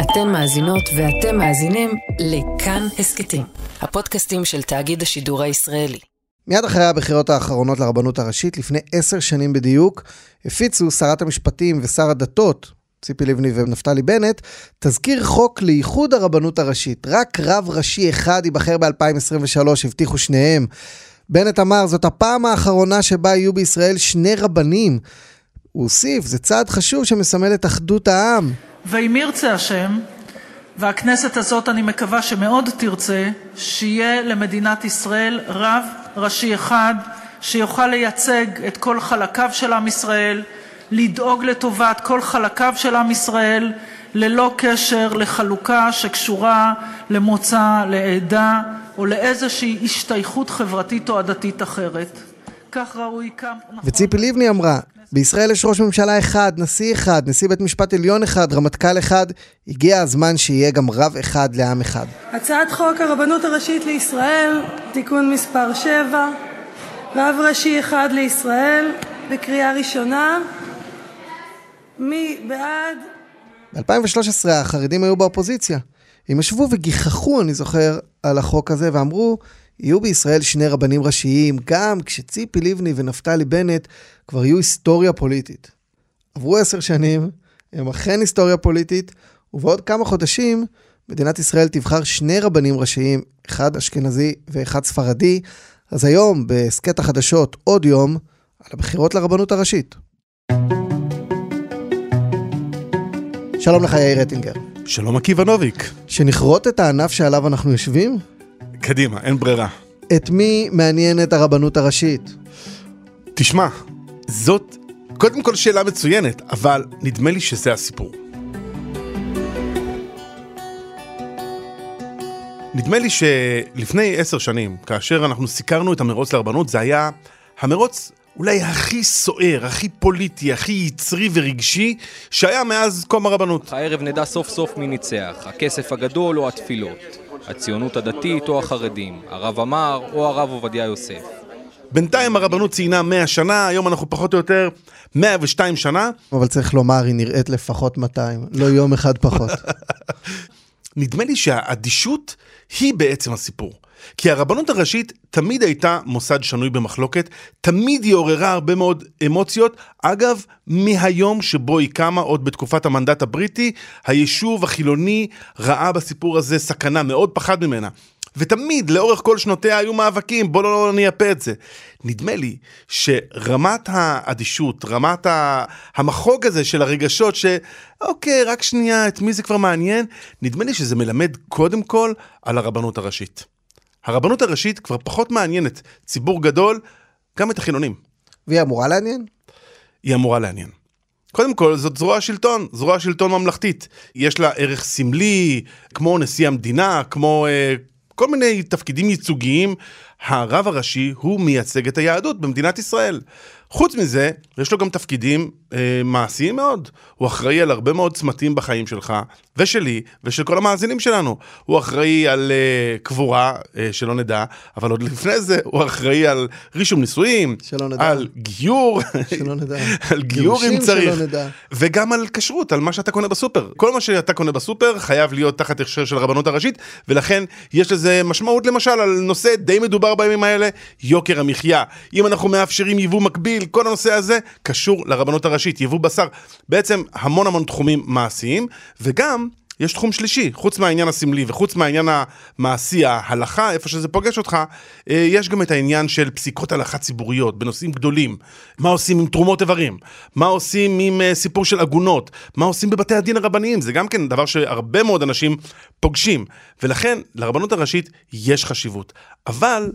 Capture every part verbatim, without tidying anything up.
אתן מאזינות ואתם מאזינים לכאן הסקטים, הפודקאסטים של תאגיד השידור הישראלי. מיד אחרי הבחירות האחרונות לרבנות הראשית, לפני עשר שנים בדיוק, הפיצו שרת המשפטים ושר הדתות, ציפי לבני ונפתלי בנט, תזכיר חוק לאיחוד הרבנות הראשית. רק רב ראשי אחד ייבחר ב-אלפיים עשרים ושלוש, הבטיחו שניהם. בנט אמר, זאת הפעם האחרונה שבה יהיו בישראל שני רבנים. הוא הוסיף, זה צעד חשוב שמסמל את אחדות העם. ואם ירצה השם, והכנסת הזאת אני מקווה שמאוד תרצה, שיהיה למדינת ישראל רב ראשי אחד, שיוכל לייצג את כל חלקיו של עם ישראל, לדאוג לטובת כל חלקיו של עם ישראל, ללא קשר לחלוקה שקשורה למוצא, לעדה, או לאיזושהי השתייכות חברתית או עדתית אחרת. כך ראוי כאן. וציפי לבני אמרה, בישראל יש ראש ממשלה אחד, נשיא אחד, נשיא בית משפט עליון אחד, רמטכ"ל אחד, הגיע הזמן שיהיה גם רב אחד לעם אחד. הצעת חוק הרבנות הראשית לישראל, תיקון מספר שבע, רב ראשי אחד לישראל, בקריאה ראשונה. מי בעד? ב-אלפיים ושלוש עשרה החרדים היו באופוזיציה. הם ישבו וגיחכו, אני זוכר, על החוק הזה, ואמרו, יהיו בישראל שני רבנים ראשיים, גם כשציפי לבני ונפתלי בנט כבר יהיו היסטוריה פוליטית. עברו עשר שנים, הם אכן היסטוריה פוליטית, ובעוד כמה חודשים, מדינת ישראל תבחר שני רבנים ראשיים, אחד אשכנזי ואחד ספרדי. אז היום, בסקט החדשות, עוד יום, על הבחירות לרבנות הראשית. שלום לך יאיר רטינגר. שלום עקיבא נוביק. שנכרות את הענף שעליו אנחנו יושבים? קדימה, אין ברירה. את מי מעניינת הרבנות הראשית? תשמע, זאת קודם כל שאלה מצוינת, אבל נדמה לי שזה הסיפור. נדמה לי שלפני עשר שנים, כאשר אנחנו סיקרנו את המרוץ לרבנות, זה היה המרוץ אולי הכי סוער, הכי פוליטי, הכי יצרי ורגשי, שהיה מאז קום הרבנות. הערב נדע סוף סוף מי ניצח, הכסף הגדול או התפילות, הציונות הדתית או החרדים, הרב אמר או הרב עובדיה יוסף. בינתיים הרבנות ציינה מאה שנה, היום אנחנו פחות או יותר מאה ושתיים שנה. אבל צריך לומר, היא נראית לפחות מאתיים, לא יום אחד פחות. נדמה לי שהאדישות היא בעצם הסיפור. כי הרבנות הראשית תמיד הייתה מוסד שנוי במחלוקת, תמיד היא עוררה הרבה מאוד אמוציות. אגב, מהיום שבו היא קמה, עוד בתקופת המנדט הבריטי, היישוב החילוני ראה בסיפור הזה סכנה, מאוד פחד ממנה. ותמיד, לאורך כל שנותיה, היו מאבקים, בוא לא נייפה את זה. נדמה לי שרמת האדישות, רמת המחוג הזה של הרגשות, שאוקיי, רק שנייה, את מי זה כבר מעניין, נדמה לי שזה מלמד קודם כל על הרבנות הראשית. הרבנות הראשית כבר פחות מעניינת ציבור גדול, גם את החילונים. והיא אמורה לעניין? היא אמורה לעניין. קודם כל, זאת זרוע השלטון, זרוע השלטון ממלכתית. יש לה ערך סמלי, כמו נשיא המדינה, כמו אה, כל מיני תפקידים ייצוגיים. הרב הראשי הוא מייצג את היהדות במדינת ישראל. חוץ מזה, יש לו גם תפקידים אה, מעשיים מאוד. הוא אחראי על הרבה מאוד צמתים בחיים שלך, ושלי, ושל כל המאזינים שלנו. הוא אחראי על אה, קבורה, אה, שלא נדע, אבל עוד לפני זה, הוא אחראי על רישום נישואים, שלא נדע. על גיור, שלא נדע. על גיור אם צריך, שלא נדע. וגם על כשרות, על מה שאתה קונה בסופר. כל מה שאתה קונה בסופר חייב להיות תחת הכשר של הרבנות הראשית, ולכן יש לזה משמעות למשל על נושא די מדובר בימים האלה, יוקר המחיה. אם אנחנו מאפשרים יבוא מקביל, כל הנושא הזה קשור לרבנות הראשית, יבוא בשר, בעצם המון המון תחומים מעשיים, וגם יש תחום שלישי, חוץ מהעניין הסמלי וחוץ מהעניין המעשי, ההלכה, איפה שזה פוגש אותך, יש גם את העניין של פסיקות הלכה ציבוריות, בנושאים גדולים, מה עושים עם תרומות איברים, מה עושים עם סיפור של עגונות, מה עושים בבתי הדין הרבניים, זה גם כן דבר שהרבה מאוד אנשים פוגשים, ולכן לרבנות הראשית יש חשיבות, אבל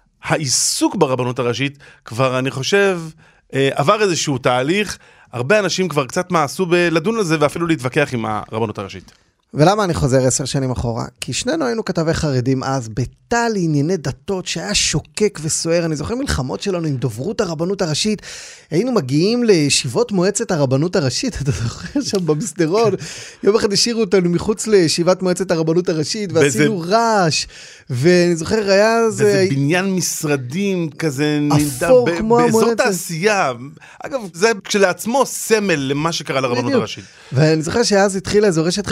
העיסוק ברבנות הראשית כבר אני חושב עבר איזשהו תהליך, הרבה אנשים כבר קצת מעשו בלדון על זה ואפילו להתווכח עם הרבנות הראשית. ולמה אני חוזר עשר שנים אחורה? כי שנינו היינו כתבי חרדים אז, בתא לענייני דתות שהיה שוקק וסוער. אני זוכר מלחמות שלנו עם דוברות הרבנות הראשית. היינו מגיעים לישיבות מועצת הרבנות הראשית, אתה זוכר שם במסדרון. יום אחד השאירו אותנו מחוץ לישיבת מועצת הרבנות הראשית, ועשינו רעש. ואני זוכר היה זה... וזה בניין משרדים כזה אפור ב- כמו באזור המועצת. תעשייה. אגב, זה כשלעצמו סמל למה שקרה לרבנות הראשית. ואני זוכר שאז התחילה איזו רשת חברתית,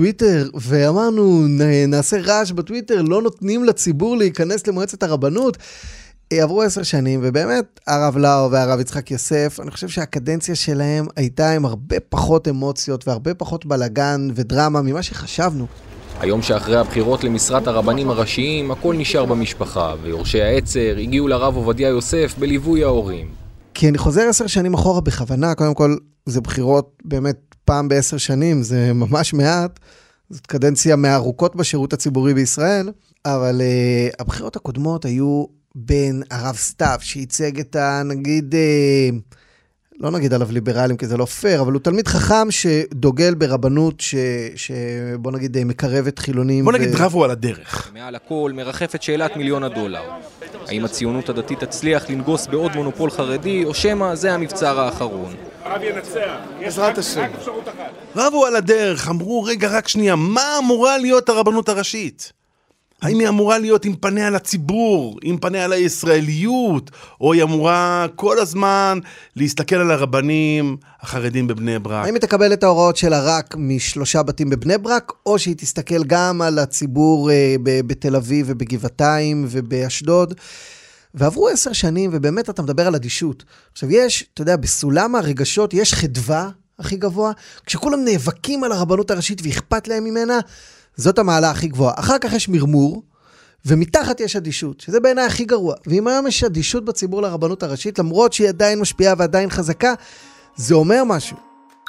בטוויטר, ואמרנו, נעשה רעש בטוויטר, לא נותנים לציבור להיכנס למועצת הרבנות. עברו עשר שנים, ובאמת הרב לאו והרב יצחק יוסף, אני חושב שהקדנציה שלהם הייתה עם הרבה פחות אמוציות, והרבה פחות בלגן ודרמה ממה שחשבנו. היום שאחרי הבחירות למשרת הרבנים הראשיים, הכל נשאר במשפחה, ויורשי העצר הגיעו לרב עובדיה יוסף בליווי ההורים. כי אני חוזר עשר שנים אחורה בכוונה, קודם כל זה בחירות באמת פעם בעשר שנים, זה ממש מעט, זאת קדנציה מהארוכות בשירות הציבורי בישראל, אבל uh, הבחירות הקודמות היו בין הרב סתיו, שייצג את ה, נגיד, uh, לא נגיד עליו ליברלים, כי זה לא פייר, אבל הוא תלמיד חכם שדוגל ברבנות, ש, שבוא נגיד מקרבת חילונים. בוא נגיד ו... רבו על הדרך. מעל הכל מרחפת שאלת מיליון הדולר. האם הציונות הדתית תצליח לנגוס בעוד מונופול חרדי, או שמה זה המבצר האחרון? הרב ינצח. בעזרת השם. רבו על הדרך, אמרו, רגע, רק שנייה, מה אמורה להיות הרבנות הראשית? האם היא אמורה להיות עם פניה לציבור, עם פניה לישראליות, או היא אמורה כל הזמן להסתכל על הרבנים החרדים בבני ברק? האם היא תקבל את ההוראות שלה רק משלושה בתים בבני ברק, או שהיא תסתכל גם על הציבור בתל אביב ובגבעתיים ובאשדוד? ועברו עשר שנים, ובאמת אתה מדבר על אדישות. עכשיו יש, אתה יודע, בסולם הרגשות יש חדווה הכי גבוה, כשכולם נאבקים על הרבנות הראשית ואכפת להם ממנה, זאת המעלה הכי גבוהה. אחר כך יש מרמור, ומתחת יש אדישות, שזה בעיניי הכי גרוע. ואם היום יש אדישות בציבור לרבנות הראשית, למרות שהיא עדיין משפיעה ועדיין חזקה, זה אומר משהו.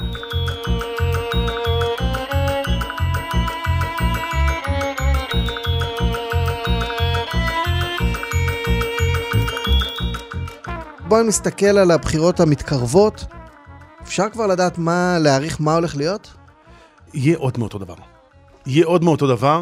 בואו נסתכל על הבחירות המתקרבות. אפשר כבר לדעת מה, להעריך מה הולך להיות? יהיה עוד מאותו דבר. יהיה עוד מאותו דבר,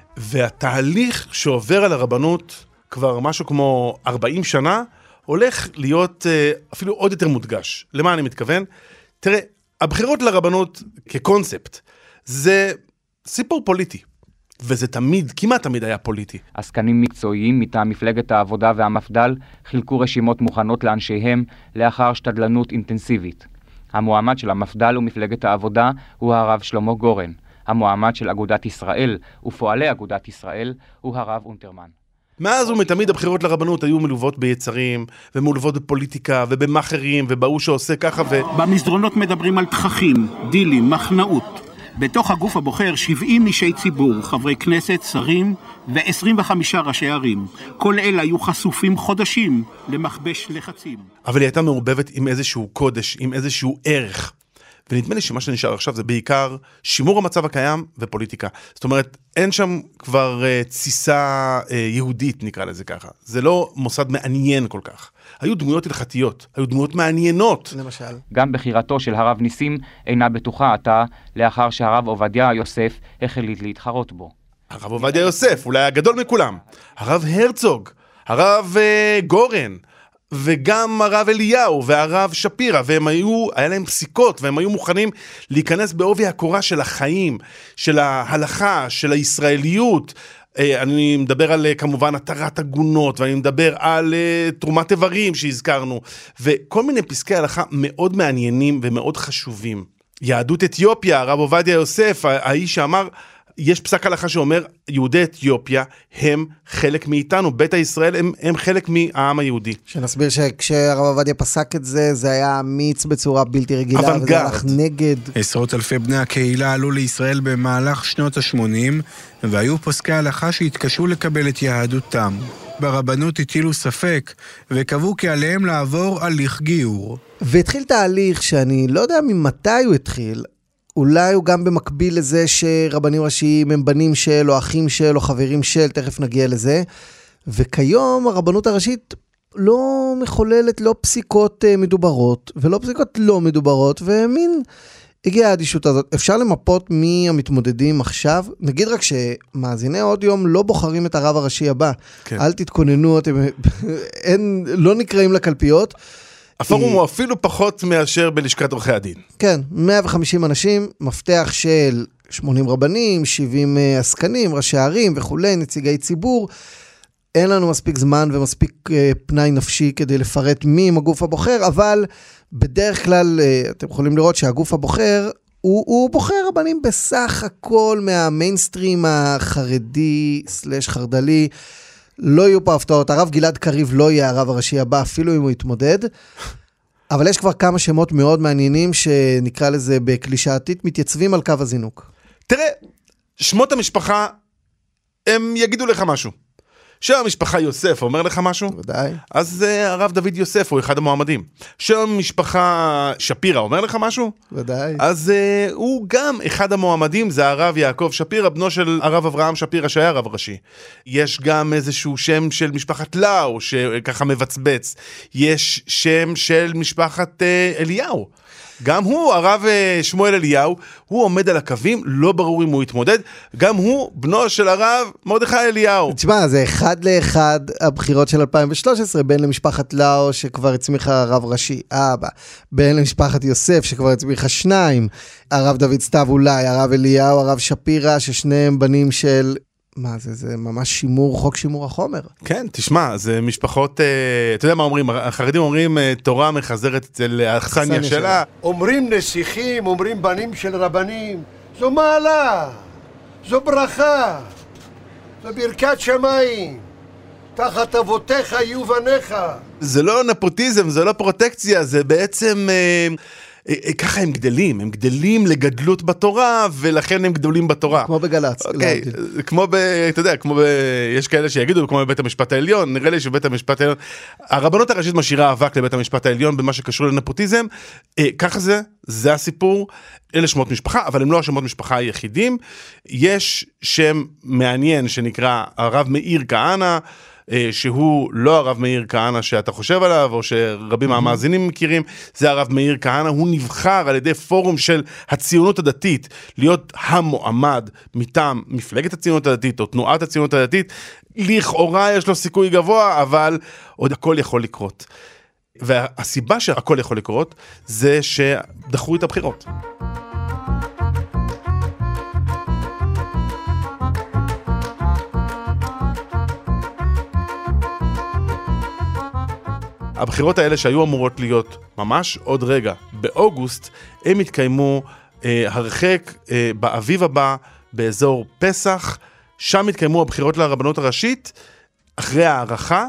והתהליך שעובר על הרבנות כבר משהו כמו ארבעים שנה, הולך להיות אפילו עוד יותר מודגש. למה אני מתכוון? תראה, הבחירות לרבנות כקונספט, זה סיפור פוליטי. וזה תמיד, כמעט תמיד היה פוליטי. עסקנים מקצועיים מטעם מפלגת העבודה והמפד"ל חילקו רשימות מוכנות לאנשיהם לאחר שתדלנות אינטנסיבית. המועמד של המפד"ל ומפלגת העבודה הוא הרב שלמה גורן. המועמד של אגודת ישראל ופועלי אגודת ישראל הוא הרב אונטרמן. מאז ומתמיד הבחירות לרבנות היו מלוות ביצרים, ומלוות בפוליטיקה, ובמחרים, ובאו שעושה ככה ו... במסדרונות מדברים על תככים, דילים, מחנאות. בתוך הגוף הבוחר שבעים אישי ציבור, חברי כנסת, שרים ו-עשרים וחמישה ראשי ערים. כל אלה היו חשופים חודשים למכבש לחצים. אבל היא הייתה מעורבבת עם איזשהו קודש, עם איזשהו ערך. ונדמה לי שמה שנשאר עכשיו זה בעיקר שימור המצב הקיים ופוליטיקה. זאת אומרת, אין שם כבר uh, ציסה uh, יהודית, נקרא לזה ככה. זה לא מוסד מעניין כל כך. היו דמויות הלכתיות, היו דמויות מעניינות. למשל. גם בחירתו של הרב ניסים אינה בטוחה עתה, לאחר שהרב עובדיה יוסף החליט להתחרות בו. הרב עובדיה יוסף, אולי הגדול מכולם. הרב הרצוג, הרב uh, גורן, וגם הרב אליהו והרב שפירה, והם היו, היה להם פסיקות, והם היו מוכנים להיכנס בעובי הקורה של החיים, של ההלכה, של הישראליות. אני מדבר על כמובן התרת עגונות, ואני מדבר על תרומת איברים שהזכרנו, וכל מיני פסקי הלכה מאוד מעניינים ומאוד חשובים. יהדות אתיופיה, הרב עובדיה יוסף, האיש שאמר, יש פסק הלכה שאומר, יהודי אתיופיה הם חלק מאיתנו, בית הישראל הם, הם חלק מהעם היהודי. שנסביר שכשהרב עובדיה פסק את זה, זה היה אמיץ בצורה בלתי רגילה, אבנגרד. וזה הלך נגד. עשרות אלפי בני הקהילה עלו לישראל במהלך שנות ה-שמונים, והיו פוסקי הלכה שהתקשו לקבל את יהדותם. ברבנות הטילו ספק, וקבעו כי עליהם לעבור הליך גיור. והתחיל תהליך שאני לא יודע ממתי הוא התחיל, אולי הוא גם במקביל לזה שרבנים ראשיים הם בנים של, או אחים של, או חברים של, תכף נגיע לזה. וכיום הרבנות הראשית לא מחוללת לא פסיקות מדוברות, ולא פסיקות לא מדוברות, ומין הגיעה האדישות הזאת. אפשר למפות מי המתמודדים עכשיו. נגיד רק שמאזיני עוד יום לא בוחרים את הרב הראשי הבא. כן. אל תתכוננו, אתם אין, לא נקראים לקלפיות. הפורום הוא אפילו פחות מאשר בלשכת עורכי הדין. כן, מאה וחמישים אנשים, מפתח של שמונים רבנים, שבעים עסקנים, ראשי ערים וכולי, נציגי ציבור. אין לנו מספיק זמן ומספיק פנאי נפשי כדי לפרט מי עם הגוף הבוחר, אבל בדרך כלל אתם יכולים לראות שהגוף הבוחר הוא, הוא בוחר רבנים בסך הכל מהמיינסטרים החרדי סלש חרדלי, לא יהיו פה הפתעות, הרב גלעד קריב לא יהיה הרב הראשי הבא, אפילו אם הוא יתמודד, אבל יש כבר כמה שמות מאוד מעניינים, שנקרא לזה בקלישאתית, מתייצבים על קו הזינוק. תראה, שמות המשפחה, הם יגידו לך משהו. שם המשפחה יוסף אומר לך משהו? ודאי. אז uh, הרב דוד יוסף הוא אחד המועמדים. שם המשפחה שפירה אומר לך משהו? ודאי. אז uh, הוא גם אחד המועמדים, זה הרב יעקב שפירה, בנו של הרב אברהם שפירה שהיה רב ראשי. יש גם איזשהו שם של משפחת לאו שככה מבצבץ. יש שם של משפחת uh, אליהו. גם הוא, הרב שמואל אליהו, הוא עומד על הקווים, לא ברור אם הוא יתמודד, גם הוא בנו של הרב מרדכי אליהו. תשמע, זה אחד לאחד הבחירות של אלפיים ושלוש עשרה, בין למשפחת לאו שכבר הצמיחה רב ראשי, אבא, בין למשפחת יוסף שכבר הצמיחה שניים, הרב דוד סתיו אולי, הרב אליהו, הרב שפירה, ששניהם בנים של... מה זה, זה ממש שימור, חוק שימור החומר. כן, תשמע, זה משפחות, אתה יודע מה אומרים, החרדים אומרים, תורה מחזרת אצל האכסניה שלה. אומרים נסיכים, אומרים בנים של רבנים, זו מעלה, זו ברכה, זו ברכת שמיים, תחת אבותיך יהיו בניך. זה לא נפוטיזם, זה לא פרוטקציה, זה בעצם... ככה הם גדלים, הם גדלים לגדלות בתורה, ולכן הם גדולים בתורה. כמו בגלץ. אוקיי, כמו ב... אתה יודע, כמו ב... יש כאלה שיגידו, כמו בבית המשפט העליון, נראה לי שבית המשפט העליון... הרבנות הראשית משאירה אבק לבית המשפט העליון, במה שקשור לנפוטיזם, ככה זה, זה הסיפור, אלה שמות משפחה, אבל הם לא השמות משפחה היחידים. יש שם מעניין שנקרא הרב מאיר כהנא, שהוא לא הרב מאיר כהנא שאתה חושב עליו, או שרבים מהמאזינים מכירים, זה הרב מאיר כהנא, הוא נבחר על ידי פורום של הציונות הדתית, להיות המועמד מטעם מפלגת הציונות הדתית, או תנועת הציונות הדתית, לכאורה יש לו סיכוי גבוה, אבל עוד הכל יכול לקרות. והסיבה שהכל יכול לקרות, זה שדחו את הבחירות. הבחירות האלה שהיו אמורות להיות ממש עוד רגע, באוגוסט, הם התקיימו אה, הרחק אה, באביב הבא, באזור פסח, שם התקיימו הבחירות לרבנות הראשית, אחרי הערכה,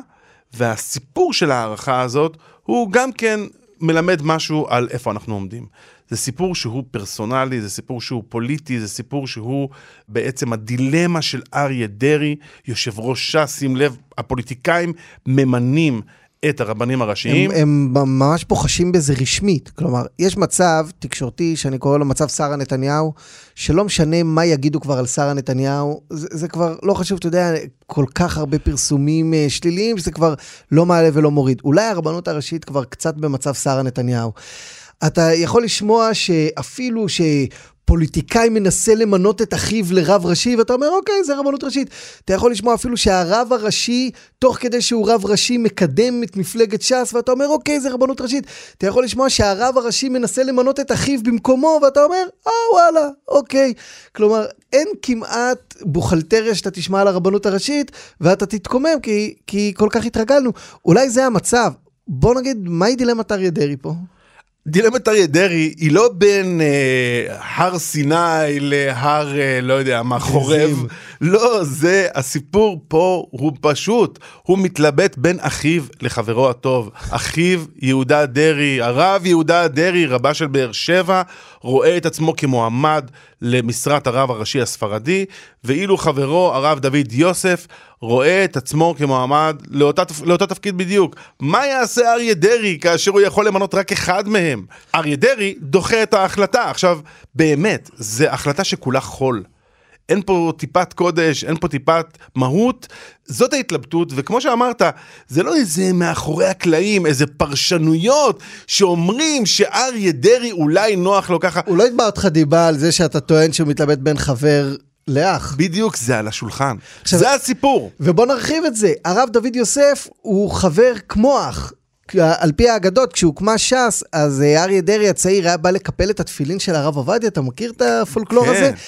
והסיפור של הערכה הזאת, הוא גם כן מלמד משהו על איפה אנחנו עומדים. זה סיפור שהוא פרסונלי, זה סיפור שהוא פוליטי, זה סיפור שהוא בעצם הדילמה של אריה דרעי, יושב ראש ש"ס, שים לב, הפוליטיקאים ממנים את הרבנים הראשיים. הם, הם ממש פוחשים בזה רשמית. כלומר, יש מצב תקשורתי, שאני קורא לו מצב שרה נתניהו, שלא משנה מה יגידו כבר על שרה נתניהו, זה, זה כבר לא חשוב, אתה יודע, כל כך הרבה פרסומים שליליים, שזה כבר לא מעלה ולא מוריד. אולי הרבנות הראשית כבר קצת במצב שרה נתניהו. אתה יכול לשמוע שאפילו ש... פוליטיקאי מנסה למנות את אחיו לרב ראשי, ואתה אומר, אוקיי, זה רבנות ראשית. אתה יכול לשמוע אפילו שהרב הראשי, תוך כדי שהוא רב ראשי, מקדם את מפלגת ש"ס, ואתה אומר, אוקיי, זה רבנות ראשית. אתה יכול לשמוע שהרב הראשי מנסה למנות את אחיו במקומו, ואתה אומר, אה, וואלה, אוקיי. כלומר, אין כמעט בוכלטריה שאתה תשמע על הרבנות הראשית, ואתה תתקומם, כי, כי כל כך התרגלנו. אולי זה המצב. בוא נגיד, מהי דילמת אריה דרעי פה? דילמת אריה דרעי היא לא בין אה, הר סיני להר, אה, לא יודע, מה חורב. לא, זה, הסיפור פה הוא פשוט. הוא מתלבט בין אחיו לחברו הטוב. אחיו יהודה דרעי, הרב יהודה דרעי, רבה של באר שבע, רואה את עצמו כמועמד למשרת הרב הראשי הספרדי, ואילו חברו, הרב דוד יוסף, רואה את עצמו כמועמד לאותה, לאותה תפקיד בדיוק. מה יעשה אריה דרעי כאשר הוא יכול למנות רק אחד מהם? אריה דרעי דוחה את ההחלטה. עכשיו, באמת, זו החלטה שכולה חול. אין פה טיפת קודש, אין פה טיפת מהות, זאת ההתלבטות, וכמו שאמרת, זה לא איזה מאחורי הקלעים, איזה פרשנויות שאומרים שאריה דרעי אולי נוח לו ככה. הוא לא יתבע אותך דיבה על זה שאתה טוען שהוא מתלבט בין חבר לאח. בדיוק, זה על השולחן. עכשיו, זה הסיפור. ובוא נרחיב את זה. הרב דוד יוסף הוא חבר כמו אח. על פי האגדות, כשהוקמה ש"ס, אז אריה דרעי הצעיר היה בא לקפל את התפילין של הרב עובדיה, אתה מכיר את הפולקלור כן. הזה?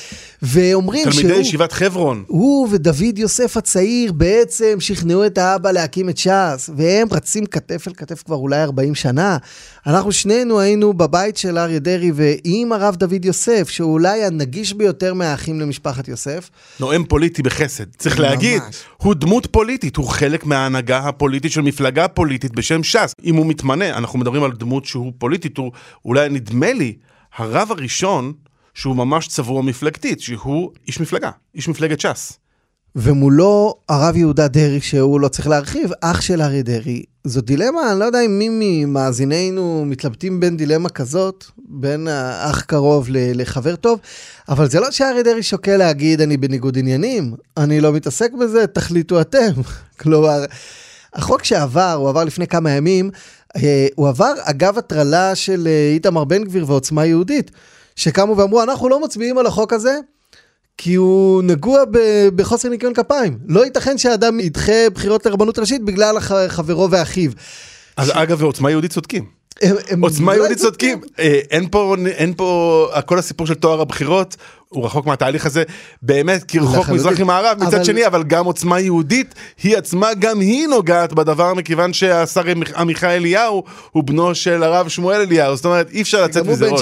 ואומרים שהוא... תלמידי ישיבת חברון. הוא ודוד יוסף הצעיר בעצם שכנעו את האבא להקים את ש"ס, והם רצים כתף אל כתף כבר אולי ארבעים שנה. אנחנו שנינו היינו בבית של אריה דרעי, ועם הרב דוד יוסף, שהוא אולי הנגיש ביותר מהאחים למשפחת יוסף. נואם פוליטי בחסד. צריך להגיד, הוא דמות פוליטית, הוא חלק מההנהגה הפוליטית של מפלגה פוליטית בשם ש"ס. אם הוא מתמנה, אנחנו מדברים על דמות שהוא פוליטית, הוא אולי נדמה לי, הרב הראשון שהוא ממש צבוע מפלגתית, שהוא איש מפלגה, איש מפלגת ש"ס. ומולו הרב יהודה דרעי, שהוא לא צריך להרחיב, אח של אריה דרעי. זו דילמה, אני לא יודע אם מי ממאזינינו מתלבטים בין דילמה כזאת, בין אח קרוב לחבר טוב, אבל זה לא שאריה דרעי שוקל להגיד, אני בניגוד עניינים, אני לא מתעסק בזה, תחליטו אתם. כלומר, החוק שעבר, הוא עבר לפני כמה ימים, הוא עבר אגב הטרלה של איתמר בן גביר ועוצמה יהודית, שקמו ואמרו, אנחנו לא מצביעים על החוק הזה, כי הוא נגוע בחוסר ניקיון כפיים. לא ייתכן שהאדם ידחה בחירות לרבנות ראשית בגלל חברו ואחיו. אז אגב, עוצמה יהודית צודקים. עוצמה יהודית צודקים. אין פה, אין פה, כל הסיפור של תואר הבחירות, הוא רחוק מהתהליך הזה, באמת, כי רחוק מזרח עם הערב, מצד שני, אבל גם עוצמה יהודית, היא עצמה, גם היא נוגעת בדבר, מכיוון שהשר עמיחי אליהו, הוא בנו של הרב שמואל אליהו, זאת אומרת, אי אפשר לצאת מזה ראש.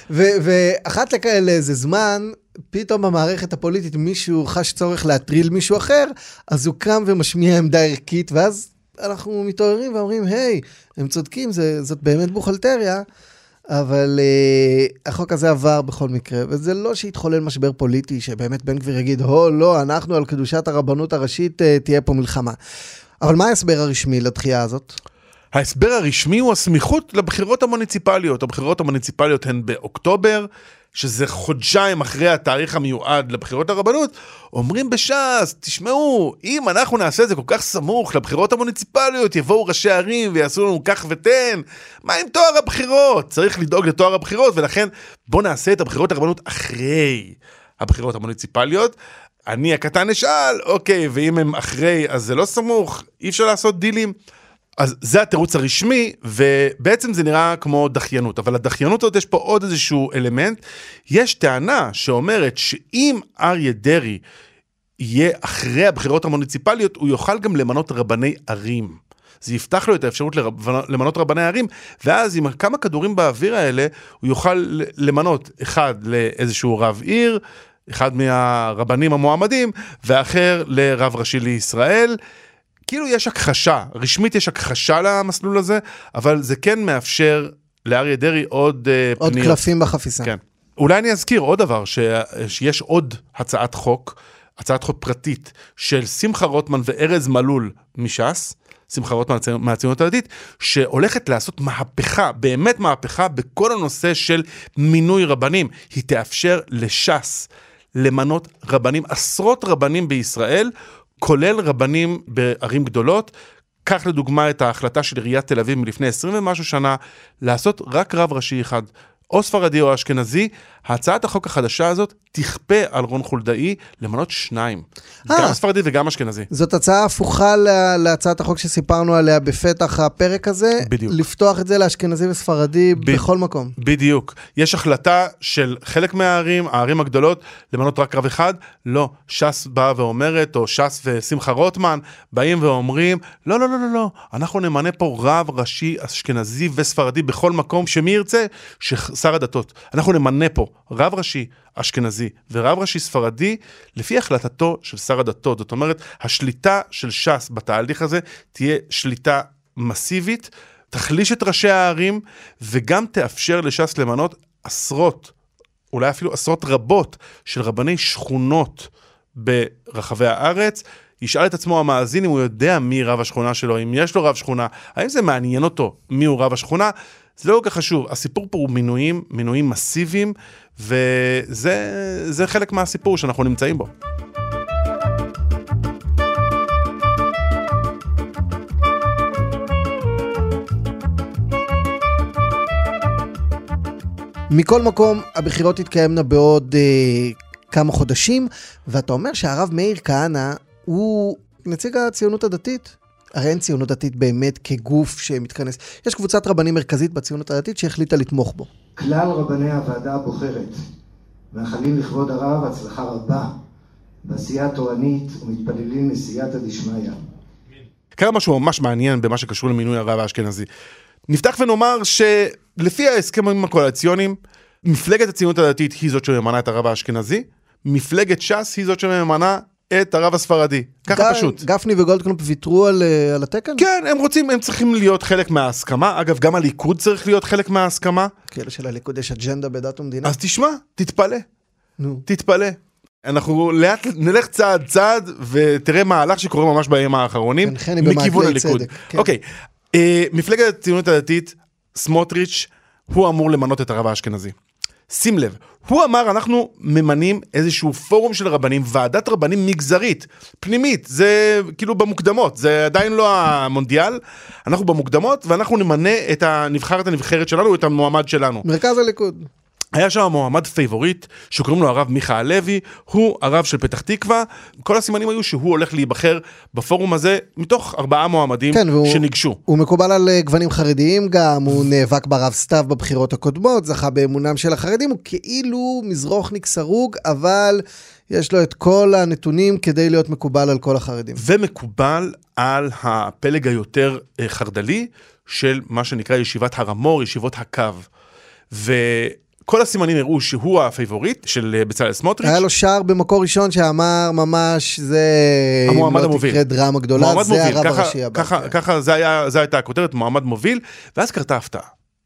ואחת לכאלה, זה זמן, פתאום במערכת הפוליטית, מישהו חש צורך להטריל מישהו אחר, אז הוא קם ומשמיע עמדה ערכית, ואז אנחנו מתעוררים ואומרים, היי, הם צודקים, זה, זאת באמת בוכלטריה, אבל uh, החוק הזה עבר בכל מקרה, וזה לא שהתחולל משבר פוליטי, שבאמת בן גביר יגיד, הו, לא, אנחנו על קדושת הרבנות הראשית, uh, תהיה פה מלחמה. אבל מה ההסבר הרשמי לדחייה הזאת? ההסבר הרשמי הוא הסמיכות לבחירות המוניציפליות. הבחירות המוניציפליות הן באוקטובר, שזה חודשיים אחרי התאריך המיועד לבחירות הרבנות, אומרים בש"ס, תשמעו, אם אנחנו נעשה את זה כל כך סמוך לבחירות המוניציפליות, יבואו ראשי ערים ויעשו לנו כך ותן, מה עם תואר הבחירות? צריך לדאוג לתואר הבחירות, ולכן בוא נעשה את הבחירות הרבנות אחרי הבחירות המוניציפליות. אני הקטן אשאל, אוקיי, ואם הם אחרי, אז זה לא סמוך, אי אפשר לעשות דילים. אז זה התירוץ הרשמי, ובעצם זה נראה כמו דחיינות, אבל הדחיינות הזאת יש פה עוד איזשהו אלמנט, יש טענה שאומרת שאם אריה דרעי יהיה אחרי הבחירות המוניציפליות, הוא יוכל גם למנות רבני ערים. זה יפתח לו את האפשרות למנות רבני ערים, ואז עם כמה כדורים באוויר האלה, הוא יוכל למנות אחד לאיזשהו רב עיר, אחד מהרבנים המועמדים, ואחר לרב ראשי לישראל, כאילו יש הכחשה, רשמית יש הכחשה למסלול הזה, אבל זה כן מאפשר לאריה דרעי עוד uh, עוד פניות. קלפים בחפיסה. כן. אולי אני אזכיר עוד דבר, ש... שיש עוד הצעת חוק, הצעת חוק פרטית, של שמחה רוטמן וארז מלול מש"ס, שמחה רוטמן מהציונות הדתית, שהולכת לעשות מהפכה, באמת מהפכה, בכל הנושא של מינוי רבנים. היא תאפשר לש"ס למנות רבנים, עשרות רבנים בישראל, כולל רבנים בערים גדולות. קח לדוגמה את ההחלטה של עיריית תל אביב מלפני עשרים ומשהו שנה, לעשות רק רב ראשי אחד, או ספרדי או אשכנזי. הצעת החוק החדשה הזאת תכפה על רון חולדאי למנות שניים, גם ספרדי וגם אשכנזי. זאת הצעה הפוכה להצעת החוק שסיפרנו עליה בפתח הפרק הזה, בדיוק. לפתוח את זה לאשכנזי וספרדי ב- בכל מקום. בדיוק. יש החלטה של חלק מהערים, הערים הגדולות, למנות רק רב אחד. לא, ש"ס באה ואומרת, או ש"ס ושמחה רוטמן, באים ואומרים, לא, לא, לא, לא, לא, אנחנו נמנה פה רב ראשי אשכנזי וספרדי בכל מקום, שמי ירצה, ששר הדתות. אנחנו נמנה פה רב ראשי אשכנזי ורב ראשי ספרדי לפי החלטתו של שר הדתות. זאת אומרת, השליטה של ש"ס בתהליך הזה תהיה שליטה מסיבית, תחליש את ראשי הערים, וגם תאפשר לש"ס למנות עשרות, אולי אפילו עשרות רבות של רבני שכונות ברחבי הארץ. ישאל את עצמו המאזין אם הוא יודע מי רב השכונה שלו, אם יש לו רב שכונה, האם זה מעניין אותו מי הוא רב השכונה. זה לא כל כך חשוב. הסיפור פה הוא מינויים, מינויים מסיביים, וזה זה חלק מהסיפור שאנחנו נמצאים בו. מכל מקום, הבחירות תתקיימנה בעוד אה, כמה חודשים, ואתה אומר שהרב מאיר כהנא הוא נציג הציונות הדתית. הרי אין ציונות דתית באמת כגוף שמתכנס. יש קבוצת רבנים מרכזית בציונות הדתית שהחליטה לתמוך בו. כלל רבני הוועדה הבוחרת מאחלים לכבוד הרב הצלחה רבה בעשייה התורנית ומתפללים לסייעתא דשמיא. קרה משהו ממש מעניין במה שקשור למינוי הרב האשכנזי. נפתח ונאמר שלפי ההסכמים הקואליציוניים, מפלגת הציונות הדתית היא זאת שממנה את הרב האשכנזי, מפלגת ש"ס היא זאת שממנה את הרב הספרדי. ככה פשוט. גפני וגולדקנופ ויתרו על, על התקן? כן, הם רוצים, הם צריכים להיות חלק מההסכמה. אגב, גם הליכוד צריך להיות חלק מההסכמה. כאילו שלליכוד יש אג'נדה בדת ומדינה. אז תשמע, תתפלא. נו. תתפלא. אנחנו לאט נלך צעד צעד ותראה מהלך שקורה ממש בימים האחרונים מכיוון הליכוד. כן. אוקיי, אה, מפלגת הציונות הדתית, סמוטריץ', הוא אמור למנות את הרב האשכנזי. שים לב, הוא אמר אנחנו ממנים איזשהו פורום של רבנים, ועדת רבנים מגזרית, פנימית, זה כאילו במוקדמות, זה עדיין לא המונדיאל, אנחנו במוקדמות ואנחנו נמנה את הנבחרת הנבחרת שלנו, את המועמד שלנו. מרכז הליכוד. היה שם מועמד פייבוריט, שקוראים לו הרב מיכה הלוי, הוא הרב של פתח תקווה, כל הסימנים היו שהוא הולך להיבחר בפורום הזה, מתוך ארבעה מועמדים כן, והוא, שניגשו. הוא מקובל על גוונים חרדיים גם, הוא נאבק ברב סתיו בבחירות הקודמות, זכה באמונם של החרדים, הוא כאילו מזרוחניק סרוג, אבל יש לו את כל הנתונים כדי להיות מקובל על כל החרדים. ומקובל על הפלג היותר חרדלי, של מה שנקרא ישיבת הר המור, ישיבות הקו. ו... כל הסימנים הראו שהוא הפייבוריט של בצלאל סמוטריץ'. היה לו שער במקור ראשון שאמר ממש זה... המועמד לא המוביל. תקרה דרמה גדולה, זה מוביל. הרב ככה, הראשי הבא. ככה, ככה זה היה, זה הייתה הכותרת, מועמד מוביל, ואז קרתה הפתעה.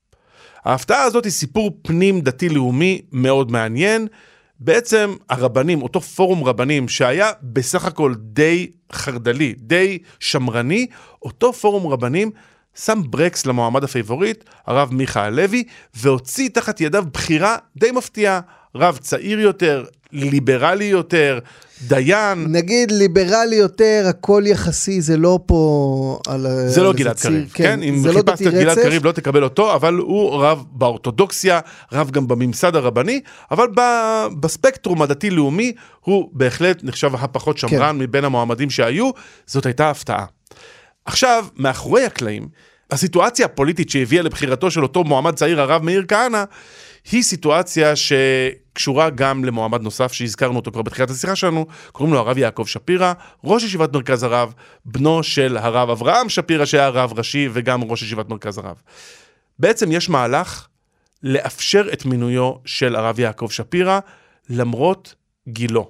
ההפתעה הזאת היא סיפור פנים דתי לאומי מאוד מעניין. בעצם הרבנים, אותו פורום רבנים שהיה בסך הכל די חרדלי, די שמרני, אותו פורום רבנים שם ברקס למועמד הפייבוריט, הרב מיכה הלוי, והוציא תחת ידיו בחירה די מפתיעה, רב צעיר יותר, ליברלי יותר, דיין. נגיד ליברלי יותר, הכל יחסי, זה לא פה על... זה לא גלעד קריב, כן? כן? אם חיפשת את גלעד קריב לא תקבל אותו, אבל הוא רב באורתודוקסיה, רב גם בממסד הרבני, אבל ב- בספקטרום הדתי-לאומי, הוא בהחלט נחשב הפחות שמרן כן. מבין המועמדים שהיו, זאת הייתה הפתעה. עכשיו, מאחורי הקלעים, הסיטואציה הפוליטית שהביאה לבחירתו של אותו מועמד צעיר, הרב מאיר כהנא, היא סיטואציה שקשורה גם למועמד נוסף שהזכרנו אותו כבר בתחילת השיחה שלנו, קוראים לו הרב יעקב שפירא, ראש ישיבת מרכז הרב, בנו של הרב אברהם שפירא שהיה רב ראשי וגם ראש ישיבת מרכז הרב. בעצם יש מהלך לאפשר את מינויו של הרב יעקב שפירא למרות גילו.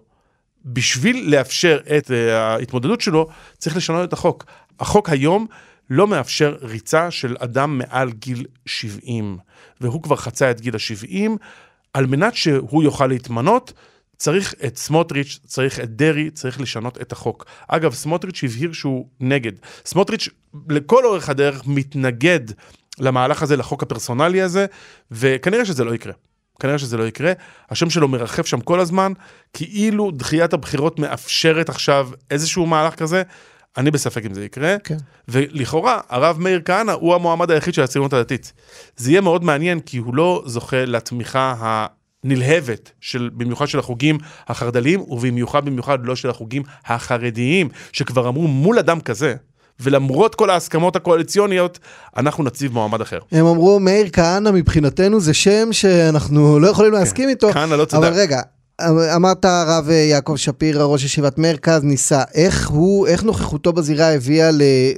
בשביל לאפשר את ההתמודדות שלו צריך לשנות את החוק. החוק היום לא מאפשר ריצה של אדם מעל גיל שבעים, והוא כבר חצה את גיל ה-שבעים, על מנת שהוא יוכל להתמנות, צריך את סמוטריץ', צריך את דרי, צריך לשנות את החוק. אגב, סמוטריץ' הבהיר שהוא נגד. סמוטריץ' לכל אורך הדרך מתנגד למהלך הזה, לחוק הפרסונלי הזה, וכנראה שזה לא יקרה. כנראה שזה לא יקרה. השם שלו מרחף שם כל הזמן, כאילו דחיית הבחירות מאפשרת עכשיו איזשהו מהלך כזה, אני בספק אם זה יקרה, okay. ולכאורה, הרב מאיר כהנא הוא המועמד היחיד של הציונות הדתית. זה יהיה מאוד מעניין, כי הוא לא זוכה לתמיכה הנלהבת, של, במיוחד של החוגים החרדליים, ובמיוחד במיוחד לא של החוגים החרדיים, שכבר אמרו מול אדם כזה, ולמרות כל ההסכמות הקואליציוניות, אנחנו נציב מועמד אחר. הם אמרו, מאיר כהנא מבחינתנו זה שם שאנחנו לא יכולים להסכים איתו, כהנא לא צדק. אבל רגע, אמרת הרב יעקב שפירא, ראש ישיבת מרכז, ניסה, איך הוא, איך נוכחותו בזירה הביאה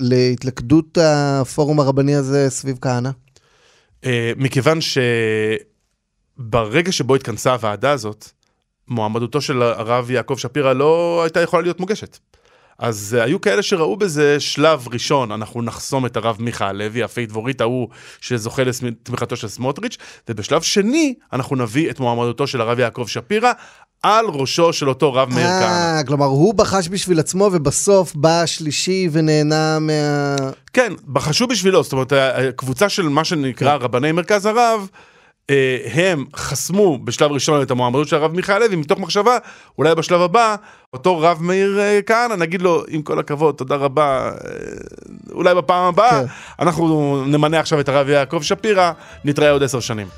להתלכדות הפורום הרבני הזה סביב כהנא? מכיוון שברגע שבו התכנסה הוועדה הזאת, מועמדותו של הרב יעקב שפירא לא הייתה יכולה להיות מוגשת. אז היו כאלה שראו בזה שלב ראשון, אנחנו נחסום את הרב מיכה הלוי, הפייבוריט ההוא שזוכה לתמיכתו של סמוטריץ', ובשלב שני אנחנו נביא את מועמדותו של הרב יעקב שפירא, על ראשו של אותו רב מאיר כהנא. כלומר, הוא בחש בשביל עצמו, ובסוף בא שלישי ונהנה מה... כן, בחשו בשבילו, זאת אומרת, הקבוצה של מה שנקרא רבני מרכז הרב, הם חסמו בשלב ראשון את המועמדות של הרב מיכה הלוי, מתוך מחשבה, אולי בשלב הבא, אותו רב מאיר כהנא, נגיד לו, עם כל הכבוד, תודה רבה, אולי בפעם הבאה, כן. אנחנו נמנה עכשיו את הרב יעקב שפירא, נתראה עוד עשר שנים.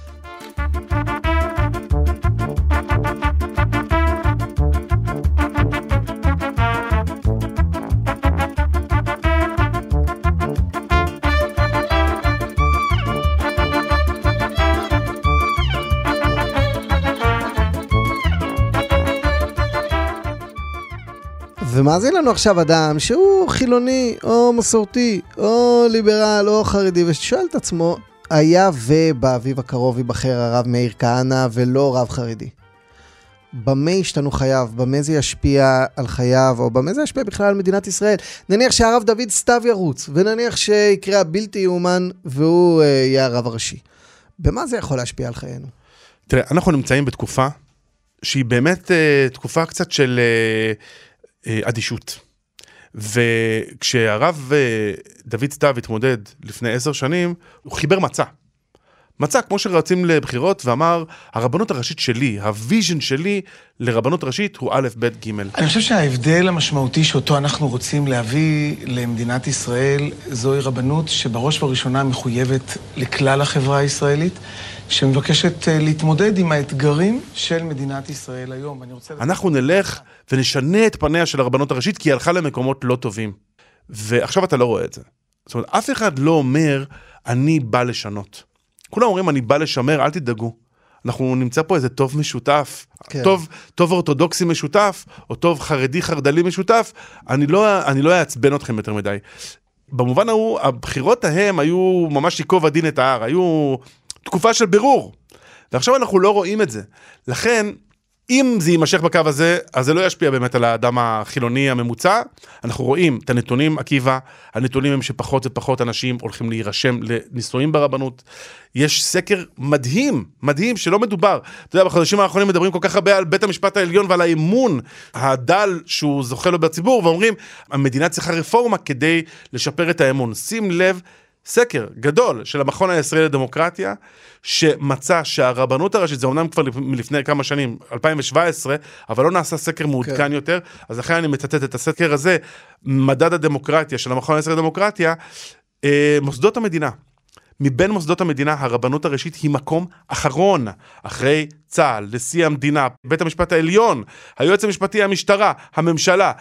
ומה זה לנו עכשיו אדם שהוא חילוני, או מסורתי, או ליברל, או חרדי, ושואל את עצמו, היה ובאביב הקרוב ייבחר הרב מאיר כהנא ולא רב חרדי. במה ישתנו חייו, במה זה ישפיע על חייו, או במה זה ישפיע בכלל על מדינת ישראל. נניח שהרב דוד סתיו ירוץ, ונניח שיקרה בלתי יאומן, והוא uh, יהיה הרב הראשי. במה זה יכול להשפיע על חיינו? תראה, אנחנו נמצאים בתקופה, שהיא באמת uh, תקופה קצת של uh, uh, אדישות. וכשהרב uh, דוד סתיו התמודד לפני עשר שנים, הוא חיבר מצע. מצא, כמו שרצים לבחירות, ואמר, הרבנות הראשית שלי, הוויז'ן שלי לרבנות ראשית הוא א', ב', ג'. אני חושב שההבדל המשמעותי שאותו אנחנו רוצים להביא למדינת ישראל, זוהי רבנות שבראש ובראשונה מחויבת לכלל החברה הישראלית, שמבקשת להתמודד עם האתגרים של מדינת ישראל היום. אני רוצה... אנחנו נלך ונשנה את פניה של הרבנות הראשית, כי היא הלכה למקומות לא טובים. ועכשיו אתה לא רואה את זה. זאת אומרת, אף אחד לא אומר, אני בא לשנות. כולם אומרים, אני בא לשמר, אל תדאגו. אנחנו נמצא פה איזה טוב משותף, כן. טוב, טוב אורתודוקסי משותף, או טוב חרדי חרדלי משותף, אני לא, אני לא אעצבן אתכם יותר מדי. במובן ההוא, הבחירות ההם היו ממש ייקוב הדין את ההר, היו תקופה של בירור, ועכשיו אנחנו לא רואים את זה. לכן, אם זה יימשך בקו הזה, אז זה לא ישפיע באמת על האדם החילוני הממוצע. אנחנו רואים את הנתונים, עקיבא, הנתונים הם שפחות ופחות אנשים הולכים להירשם לנישואים ברבנות. יש סקר מדהים, מדהים, שלא מדובר. אתה יודע, בחודשים האחרונים מדברים כל כך הרבה על בית המשפט העליון ועל האמון הדל שהוא זוכה לו בציבור, ואומרים, המדינה צריכה רפורמה כדי לשפר את האמון. שים לב, סקר גדול של המכון הישראלי לדמוקרטיה, שמצא שהרבנות הראשית, זה אומנם כבר מלפני כמה שנים, אלפיים שבע עשרה, אבל לא נעשה סקר מעודכן יותר, אז לכן אני מצטט את הסקר הזה, מדד הדמוקרטיה של המכון הישראלי לדמוקרטיה, מוסדות המדינה. מבין מוסדות המדינה, הרבנות הראשית היא מקום אחרון, אחרי צה"ל, נשיא המדינה, בית המשפט העליון, היועץ המשפטי, המשטרה, הממשלה,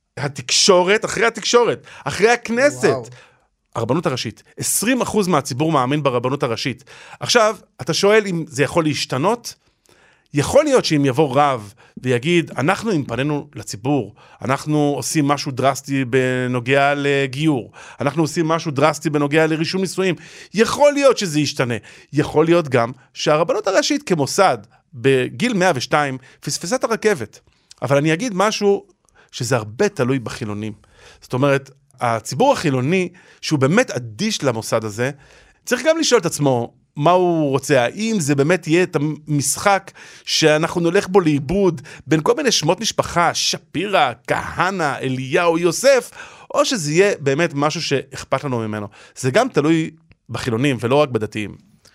התקשורת, אחרי התקשורת, אחרי הכנסת, וואו. הרבנות הראשית, עשרים אחוז מהציבור מאמין ברבנות הראשית. עכשיו, אתה שואל אם זה יכול להשתנות? יכול להיות שאם יבוא רב ויגיד, אנחנו עם פנינו לציבור, אנחנו עושים משהו דרסטי בנוגע לגיור, אנחנו עושים משהו דרסטי בנוגע לרישום נישואים, יכול להיות שזה ישתנה. יכול להיות גם שהרבנות הראשית כמוסד, בגיל מאה ושתיים, פספסה את הרכבת. אבל אני אגיד משהו שזה הרבה תלוי בחילונים. זאת אומרת, הציבור החילוני, שהוא באמת אדיש למוסד הזה, צריך גם לשאול את עצמו מה הוא רוצה, האם זה באמת יהיה את המשחק שאנחנו נולך בו לאיבוד, בין כל מיני שמות משפחה, שפירה, כהנא, אליהו, יוסף, או שזה יהיה באמת משהו שאכפת לנו ממנו. זה גם תלוי בחילונים ולא רק בדתיים.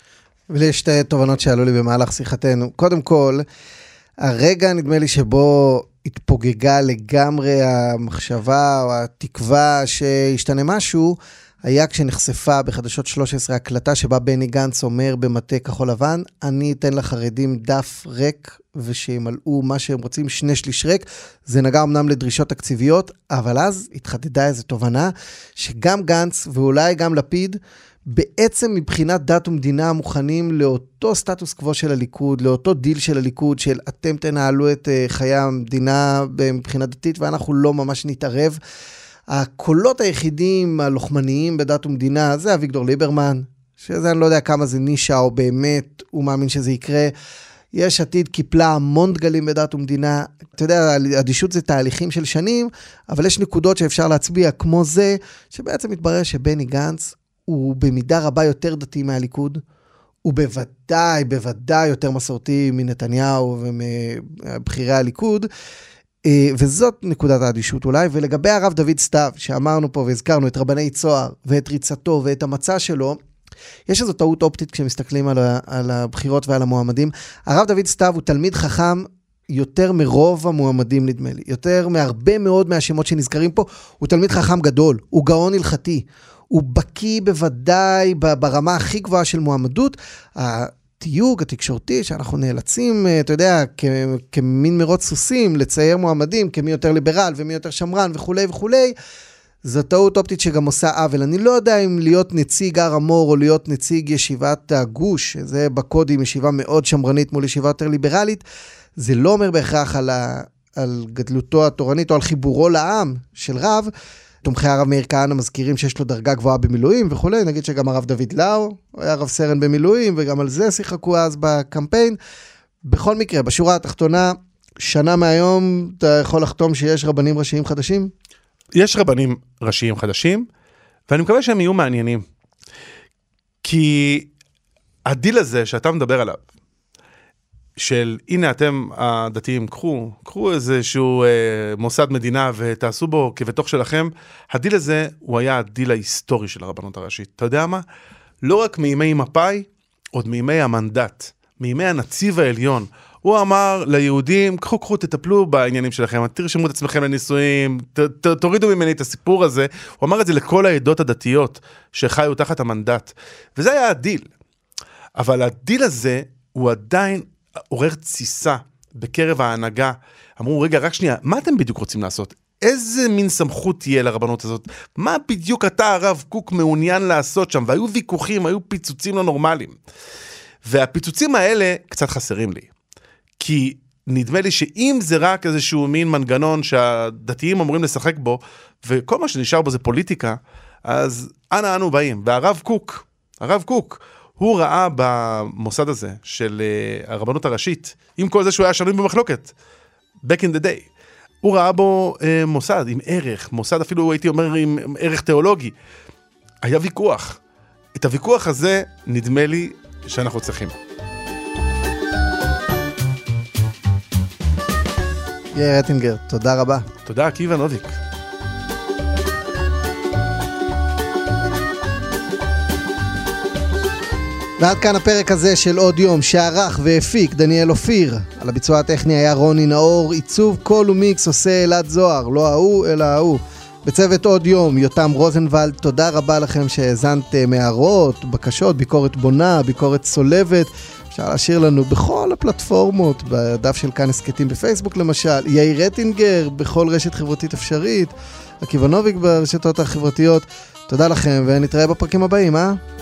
ולי יש שתי תובנות שעלו לי במהלך שיחתנו. קודם כל, הרגע נדמה לי שבו התפוגגה לגמרי המחשבה או התקווה שישתנה משהו, היה כשנחשפה בחדשות שלוש עשרה הקלטה שבה בני גנץ אומר במטה כחול לבן, אני אתן לחרדים דף ריק ושימלאו מה שהם רוצים, שני שליש ריק. זה נגע אמנם לדרישות תקציביות, אבל אז התחדדה איזו תובנה שגם גנץ ואולי גם לפיד, בעצם מבחינת דת ומדינה מוכנים לאותו סטטוס קוו של הליכוד, לאותו דיל של הליכוד, של אתם תנהלו את חיי המדינה מבחינה דתית, ואנחנו לא ממש נתערב. הקולות היחידים הלוחמניים בדת ומדינה, זה אביגדור ליברמן, שזה אני לא יודע כמה זה נישה, או באמת הוא מאמין שזה יקרה. יש עתיד קיפלה המון דגלים בדת ומדינה, אתה יודע, אדישות זה תהליכים של שנים, אבל יש נקודות שאפשר להצביע כמו זה, שבעצם מתברר שבני גנץ, הוא במידה רבה יותר דתי מהליכוד, הוא בוודאי, בוודאי יותר מסורתי מנתניהו ומבחירי הליכוד, וזאת נקודת האדישות אולי. ולגבי הרב דוד סתיו, שאמרנו פה והזכרנו את רבני צוהר ואת ריצתו ואת המצע שלו, יש איזו טעות אופטית כשמסתכלים על, על הבחירות ועל המועמדים. הרב דוד סתיו הוא תלמיד חכם יותר מרוב המועמדים נדמה לי, יותר מהרבה מאוד מהשמות שנזכרים פה, הוא תלמיד חכם גדול, הוא גאון הלכתי, הוא בקיא בוודאי ברמה הכי גבוהה של מועמדות. התיוג התקשורתי שאנחנו נאלצים, אתה יודע, כמין מרוץ סוסים, לצייר מועמדים כמי יותר ליברל ומי יותר שמרן וכו' וכו', זו טעות אופטית שגם עושה עוול. אני לא יודע אם להיות נציג הר המור או להיות נציג ישיבת הגוש, זה בקודים ישיבה מאוד שמרנית מול ישיבה יותר ליברלית, זה לא אומר בהכרח על, ה, על גדלותו התורנית או על חיבורו לעם של רב, תומכי הרב מאיר כהנא מזכירים שיש לו דרגה גבוהה במילואים וכולי, נגיד שגם הרב דוד לאו, הוא היה רב סרן במילואים, וגם על זה שיחקו אז בקמפיין. בכל מקרה, בשורה התחתונה, שנה מהיום אתה יכול לחתום שיש רבנים ראשיים חדשים? יש רבנים ראשיים חדשים, ואני מקווה שהם יהיו מעניינים. כי הדיל הזה שאתה מדבר עליו, של הנה אתם הדתיים, קחו, קחו איזשהו אה, מוסד מדינה ותעשו בו כבתוך שלכם, הדיל הזה הוא היה הדיל ההיסטורי של הרבנות הראשית. אתה יודע מה? לא רק מימי מפאי, עוד מימי המנדט, מימי הנציב העליון. הוא אמר ליהודים, קחו, קחו, תטפלו בעניינים שלכם, תרשמו את עצמכם לנישואים, ת, ת, תורידו ממני את הסיפור הזה. הוא אמר את זה לכל העדות הדתיות שחיו תחת המנדט. וזה היה הדיל. אבל הדיל הזה הוא עדיין עורר תסיסה בקרב ההנהגה. אמרו, רגע, רק שנייה, מה אתם בדיוק רוצים לעשות? איזה מין סמכות תהיה לרבנות הזאת? מה בדיוק אתה, הרב קוק, מעוניין לעשות שם? והיו ויכוחים, היו פיצוצים לא נורמליים. והפיצוצים האלה קצת חסרים לי. כי נדמה לי שאם זה רק איזשהו מין מנגנון שהדתיים אמורים לשחק בו, וכל מה שנשאר בו זה פוליטיקה, אז אנה אנו באים. והרב קוק, הרב קוק, הוא ראה במוסד הזה של uh, הרבנות הראשית, עם כל זה שהוא היה שנוי במחלוקת, back in the day, הוא ראה בו uh, מוסד עם ערך, מוסד אפילו הייתי אומר עם ערך תיאולוגי. היה ויכוח. את הוויכוח הזה נדמה לי שאנחנו צריכים. יאיר רטינגר, תודה רבה. תודה, עקיבא נוביק. ועד כאן הפרק הזה של עוד יום, שערך והפיק דניאל אופיר. על הביצוע הטכני היה רוני נאור, עיצוב קול ומיקס עושה אלעד זוהר, לא ההוא אלא ההוא. בצוות עוד יום, יותם רוזנבלד, תודה רבה לכם שהאזנתם, הערות, בקשות, ביקורת בונה, ביקורת סולבת. אפשר להשאיר לנו בכל הפלטפורמות, בדף של כאן הסקטים בפייסבוק למשל, יאיר רטינגר בכל רשת חברתית אפשרית, עקיבא נוביק ברשתות החברתיות. תודה לכם ונתראה בפרקים הבאים, אה?